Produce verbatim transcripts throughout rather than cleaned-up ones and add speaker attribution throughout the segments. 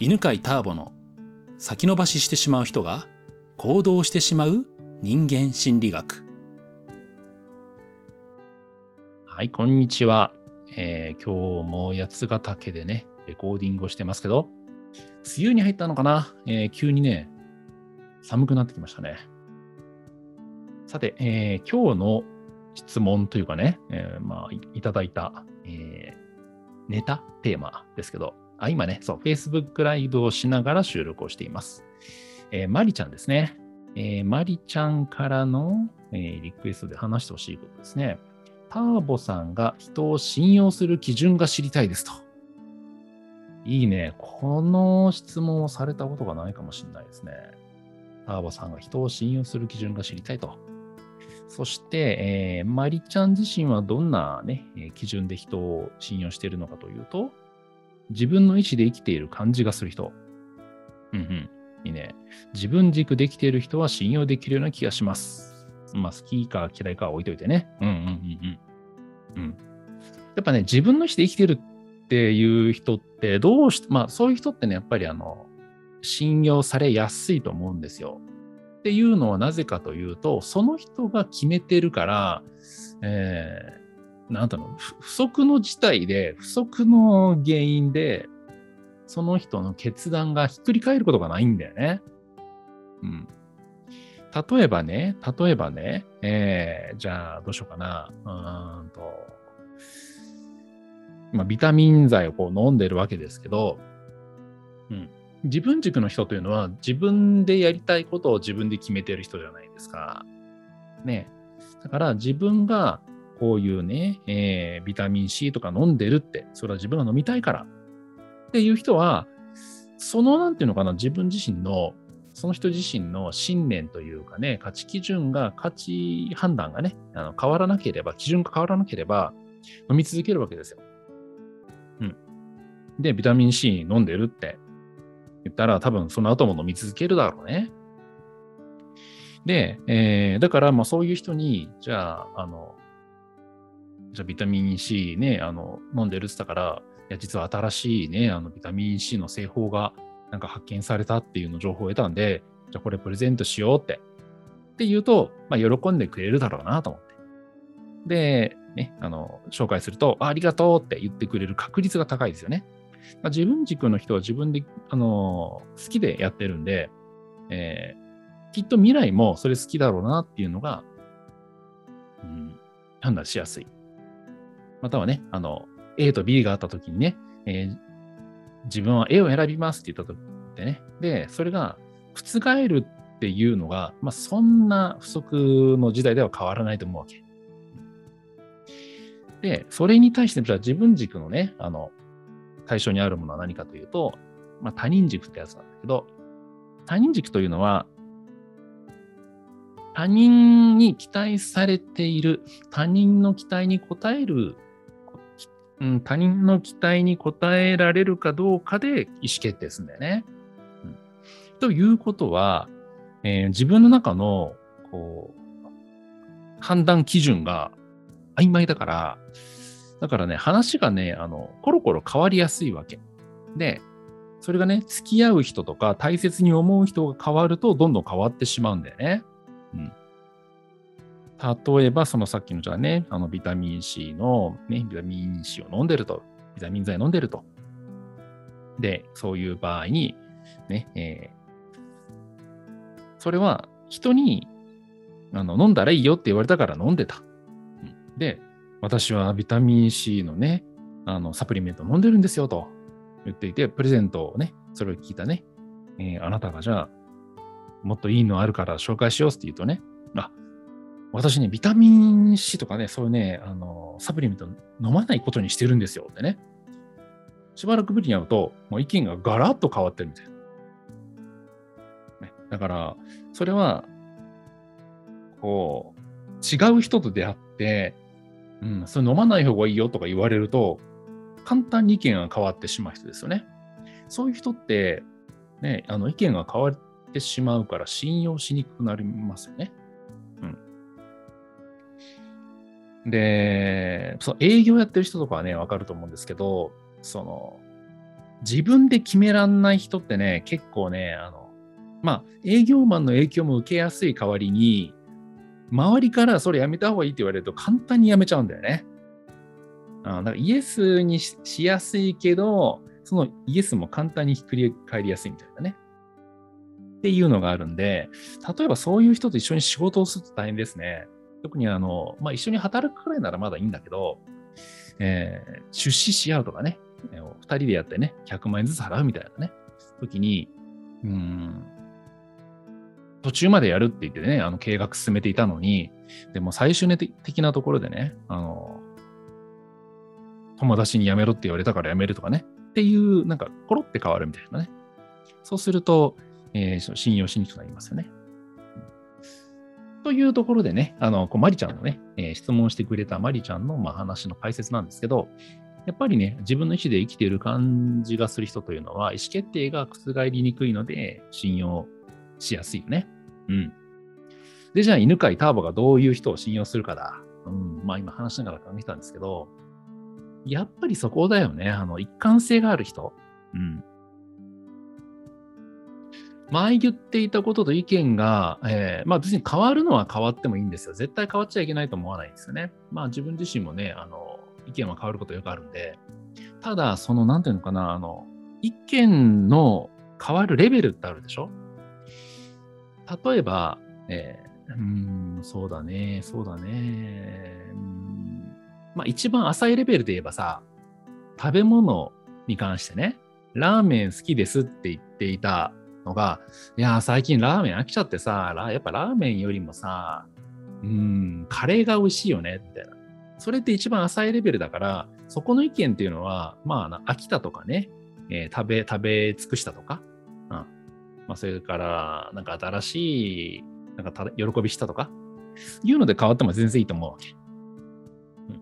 Speaker 1: 犬飼ターボの先延ばししてしまう人が行動してしまう人間心理学。
Speaker 2: はい、こんにちは。えー、今日も八ヶ岳でね、レコーディングをしてますけど、梅雨に入ったのかな、えー、急にね、寒くなってきましたね。さて、えー、今日の質問というかね、えー、まあい、いただいた、えー、ネタテーマですけど、あ、今ね、そう、Facebook ライブをしながら収録をしています。えー、マリちゃんですね。えー、マリちゃんからの、えー、リクエストで話してほしいことですね。ターボさんが人を信用する基準が知りたいですと。いいね。この質問をされたことがないかもしれないですね。ターボさんが人を信用する基準が知りたいと。そして、えー、マリちゃん自身はどんな、ね、基準で人を信用しているのかというと、自分の意思で生きている感じがする人。うんうん。いいね。自分軸できている人は信用できるような気がします。まあ、好きか嫌いかは置いといてね。うんうんうんうん。うん。やっぱね、自分の意思で生きてるっていう人って、どうして、まあ、そういう人ってね、やっぱりあの、信用されやすいと思うんですよ。っていうのはなぜかというと、その人が決めてるから、えー、なんだろう、不測の事態で、不測の原因で、その人の決断がひっくり返ることがないんだよね。うん。例えばね、例えばね、えー、じゃあどうしようかな。うーんと、まあ、ビタミン剤をこう飲んでるわけですけど、うん。自分軸の人というのは自分でやりたいことを自分で決めてる人じゃないですか。ね。だから自分がこういうね、えー、ビタミン C とか飲んでるって、それは自分が飲みたいからっていう人は、そのなんていうのかな、自分自身の、その人自身の信念というかね、価値基準が、価値判断がね、あの変わらなければ、基準が変わらなければ、飲み続けるわけですよ。うん。で、ビタミン C 飲んでるって言ったら、多分その後も飲み続けるだろうね。で、えー、だから、まあそういう人に、じゃあ、あの、じゃあビタミン C ね、あの、飲んでるって言ったから、いや、実は新しいね、あの、ビタミン C の製法が、なんか発見されたっていうの情報を得たんで、じゃあこれプレゼントしようって。って言うと、まあ喜んでくれるだろうなと思って。で、ね、あの、紹介すると、あ、ありがとうって言ってくれる確率が高いですよね。まあ、自分軸の人は自分で、あの、好きでやってるんで、えー、きっと未来もそれ好きだろうなっていうのが、うん、判断しやすい。またはね、あの、A と B があったときにね、えー、自分は A を選びますって言ったときってね、で、それが覆るっていうのが、まあ、そんな不足の時代では変わらないと思うわけ。で、それに対して、じゃあ自分軸のね、あの、対象にあるものは何かというと、まあ、他人軸ってやつなんだけど、他人軸というのは、他人に期待されている、他人の期待に応える、うん、他人の期待に応えられるかどうかで意思決定するんだよね。うん、ということは、えー、自分の中のこう判断基準が曖昧だから、だからね、話がね、あの、コロコロ変わりやすいわけ。で、それがね、付き合う人とか大切に思う人が変わると、どんどん変わってしまうんだよね。うん。例えば、そのさっきのじゃあね、あのビタミン C の、ね、ビタミン C を飲んでると、ビタミン剤飲んでると。で、そういう場合に、ね、えー、それは人にあの飲んだらいいよって言われたから飲んでた。うん、で、私はビタミン C のね、あのサプリメント飲んでるんですよと言っていて、プレゼントをね、それを聞いたね、えー、あなたがじゃあ、もっといいのあるから紹介しようって言うとね、あ、私ね、ビタミン C とかね、そういうね、あの、サプリメント飲まないことにしてるんですよってね。しばらくぶりに会うと、もう意見がガラッと変わってるみたいな。ね、だから、それは、こう、違う人と出会って、うん、それ飲まない方がいいよとか言われると、簡単に意見が変わってしまう人ですよね。そういう人って、ね、あの意見が変わってしまうから信用しにくくなりますよね。うん。で、その営業やってる人とかはね、わかると思うんですけど、その、 自分で決めらんない人ってね、結構ね、あの、まあ、営業マンの影響も受けやすい代わりに、周りからそれやめた方がいいって言われると簡単にやめちゃうんだよね。あだからイエスに し, しやすいけど、そのイエスも簡単にひっくり返りやすいみたいなね。っていうのがあるんで、例えばそういう人と一緒に仕事をすると大変ですね。特にあの、まあ、一緒に働くくらいならまだいいんだけど、えー、出資し合うとかね、ふたりでやってね、ひゃくまんえんずつ払うみたいなね、時に、うーん、途中までやるって言ってね、あの計画進めていたのに、でも最終的なところでね、あの、友達に辞めろって言われたから辞めるとかね、っていう、なんか、コロって変わるみたいなね。そうすると、えー、信用しにくくなりますよね。というところでね、あの、こうマリちゃんのね、えー、質問してくれたマリちゃんの、まあ、話の解説なんですけど、やっぱりね、自分の意思で生きている感じがする人というのは、意思決定が覆りにくいので、信用しやすいよね。うん。で、じゃあ、犬飼ターボがどういう人を信用するかだ。うん。まあ、今話しながら考えてたんですけど、やっぱりそこだよね。あの、一貫性がある人。うん。前言っていたことと意見が、えー、まあ別に変わるのは変わってもいいんですよ。絶対変わっちゃいけないと思わないんですよね。まあ自分自身もね、あの、意見は変わることよくあるんで、ただ、その、なんていうのかな、あの、意見の変わるレベルってあるでしょ？例えば、えー、うーん、そうだね、そうだね、うーん、まあ一番浅いレベルで言えばさ、食べ物に関してね、ラーメン好きですって言っていたのが、いやー、最近ラーメン飽きちゃってさ、やっぱラーメンよりもさ、うーん、カレーが美味しいよね、みたいな。それって一番浅いレベルだから、そこの意見っていうのは、まあ、飽きたとかね、えー食べ、食べ尽くしたとか、うん。まあ、それから、なんか新しい、なんかた喜びしたとか、いうので変わっても全然いいと思うわけ。うん、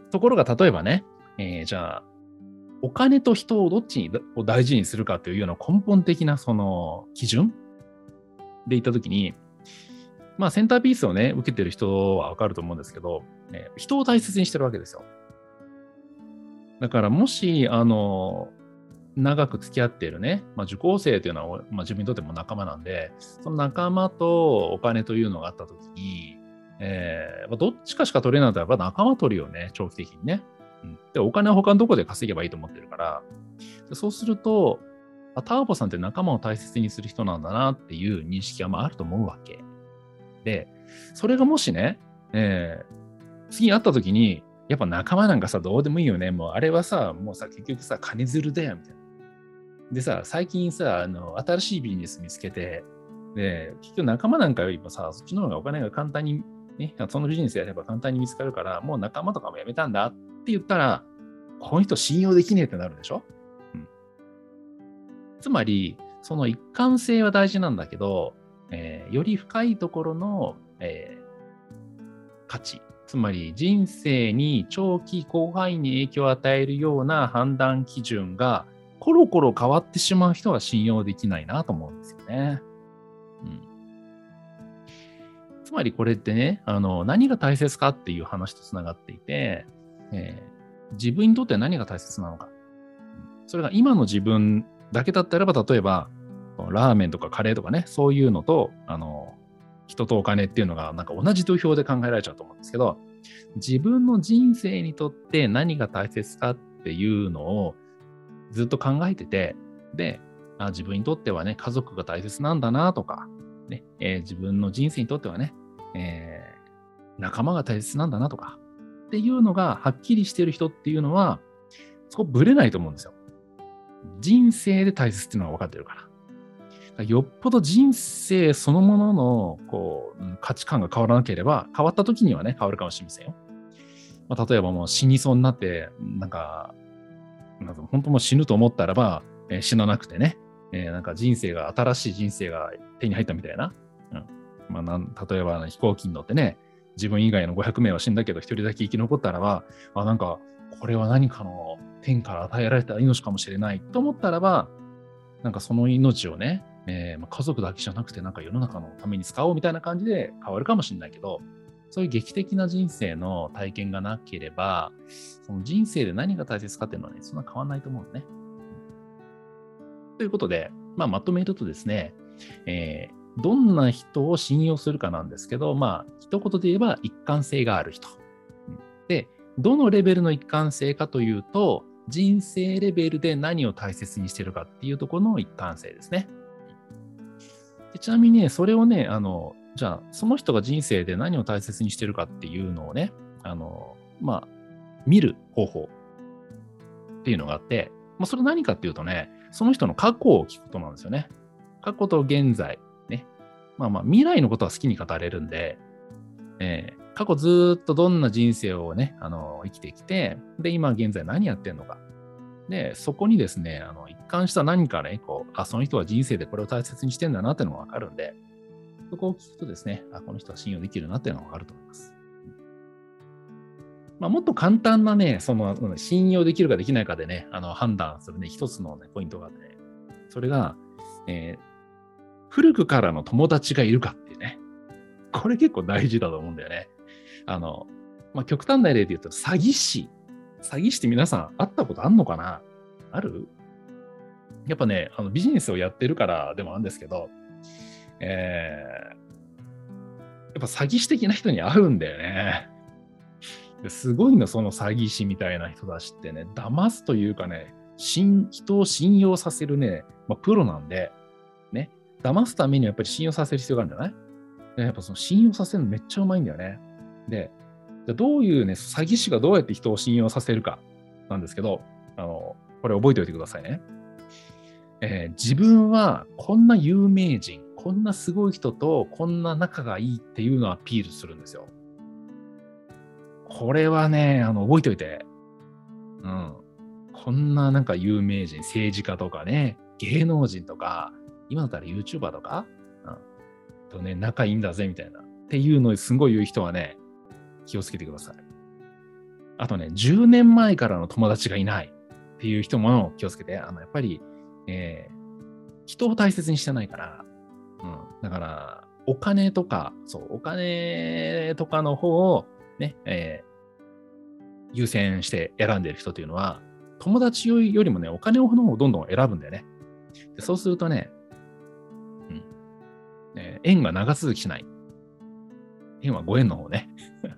Speaker 2: ところが、例えばね、えーじゃあ、お金と人をどっちを大事にするかというような根本的なその基準で言ったときに、まあセンターピースをね、受けてる人はわかると思うんですけど、ね、人を大切にしてるわけですよ。だからもし、あの、長く付き合っているね、まあ、受講生というのは、まあ、自分にとっても仲間なんで、その仲間とお金というのがあったときに、えー、どっちかしか取れないとやっぱ仲間取るよね、長期的にね。うん、で、お金は他のどこで稼げばいいと思ってるから、そうすると、ターボさんって仲間を大切にする人なんだなっていう認識はまああると思うわけ。で、それがもしね、えー、次会った時に、やっぱ仲間なんかさ、どうでもいいよね。もうあれはさ、もうさ、結局さ、金づるだよ、みたいな。でさ、最近さ、あの、新しいビジネス見つけて、で、結局仲間なんかよりもさ、そっちの方がお金が簡単に、ね、そのビジネスやれば簡単に見つかるから、もう仲間とかもやめたんだって言ったら、この人信用できねえってなるでしょ？うん。つまり、その一貫性は大事なんだけど、えー、より深いところの、えー、価値、つまり人生に長期広範囲に影響を与えるような判断基準がコロコロ変わってしまう人は信用できないなと思うんですよね。うん、つまりこれってね、あの何が大切かっていう話とつながっていて、えー、自分にとって何が大切なのか。それが今の自分だけだったらば、例えばラーメンとかカレーとかね、そういうのと、あの、人とお金っていうのがなんか同じ土俵で考えられちゃうと思うんですけど、自分の人生にとって何が大切かっていうのをずっと考えてて、で、あ自分にとってはね、家族が大切なんだなとか、ねえー、自分の人生にとってはね、えー、仲間が大切なんだなとかっていうのがはっきりしてる人っていうのは、そこぶれないと思うんですよ。人生で大切っていうのが分かってるから。よっぽど人生そのもののこう価値観が変わらなければ、変わった時にはね、変わるかもしれませんよ。まあ、例えばもう死にそうになって、なんか、なんか本当もう死ぬと思ったらば、えー、死ななくてね、えー、なんか人生が、新しい人生が手に入ったみたいな。うん、まあ、なん例えば飛行機に乗ってね、自分以外のごひゃくめいは死んだけど、一人だけ生き残ったらば、あ、なんか、これは何かの天から与えられた命かもしれないと思ったらば、なんかその命をね、えーまあ、家族だけじゃなくてなんか世の中のために使おうみたいな感じで変わるかもしれないけど、そういう劇的な人生の体験がなければ、その人生で何が大切かっていうのはね、そんな変わんないと思うのね。 ということで、まあ、まとめるとですね、えー、どんな人を信用するかなんですけど、まあ、一言で言えば一貫性がある人。で、どのレベルの一貫性かというと、人生レベルで何を大切にしているかっていうところの一貫性ですね。でちなみにね、それをね、あの、じゃあ、その人が人生で何を大切にしているかっていうのをね、あの、まあ、見る方法っていうのがあって、まあ、それ何かっていうとね、その人の過去を聞くことなんですよね。過去と現在、ね。まあまあ、未来のことは好きに語れるんで、えー、過去ずーっとどんな人生をね、あの、生きてきて、で、今現在何やってんのか。で、そこにですね、あの、一貫した何かね、こう、あ、その人は人生でこれを大切にしてんだなっていうのがわかるんで、そこを聞くとですね、あ、この人は信用できるなっていうのがわかると思います。まあ、もっと簡単なね、その、信用できるかできないかでね、あの、判断するね、一つのね、ポイントがあってね、それが、えー、古くからの友達がいるかっていうね、これ結構大事だと思うんだよね。あの、まあ、極端な例で言うと、詐欺師。詐欺師って皆さん会ったことあんのかな？ある？やっぱね、あのビジネスをやってるからでもあるんですけど、えー、やっぱ詐欺師的な人に会うんだよね。すごいの、その詐欺師みたいな人たちってね、騙すというかね、人を信用させるね、まあ、プロなんで、ね、騙すためにはやっぱり信用させる必要があるんじゃない？でやっぱその信用させるのめっちゃうまいんだよね。で、じゃどういうね、詐欺師がどうやって人を信用させるかなんですけど、あの、これ覚えておいてくださいね。えー、自分はこんな有名人、こんなすごい人とこんな仲がいいっていうのをアピールするんですよ。これはね、あの、覚えておいて。うん。こんななんか有名人、政治家とかね、芸能人とか、今だったら YouTuber とか、うん、とね、仲いいんだぜみたいな。っていうのをすごい言う人はね、気をつけてください。あとね、じゅうねんまえからの友達がいないっていう人も気をつけて、あの、やっぱり、えー、人を大切にしてないから、うん。だから、お金とか、そう、お金とかの方をね、えー、優先して選んでいる人というのは、友達よりもね、お金の方をどんどん選ぶんだよね。でそうするとね、うん、えー、縁が長続きしない。縁はご縁の方ね。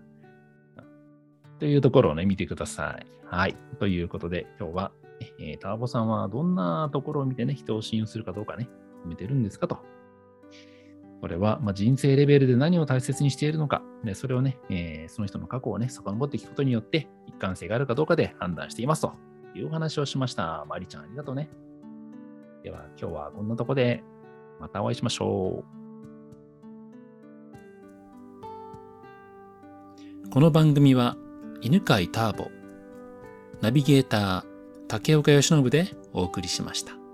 Speaker 2: というところをね、見てください。はい。ということで、今日は、えー、ターボさんはどんなところを見てね、人を信用するかどうかね、決めてるんですかと。これは、まあ、人生レベルで何を大切にしているのか、でそれをね、えー、その人の過去をね、遡っていくことによって、一貫性があるかどうかで判断していますというお話をしました。マリちゃん、ありがとうね。では、今日はこんなところで、またお会いしましょう。
Speaker 1: この番組は、犬飼ターボ、ナビゲーター、竹岡由伸でお送りしました。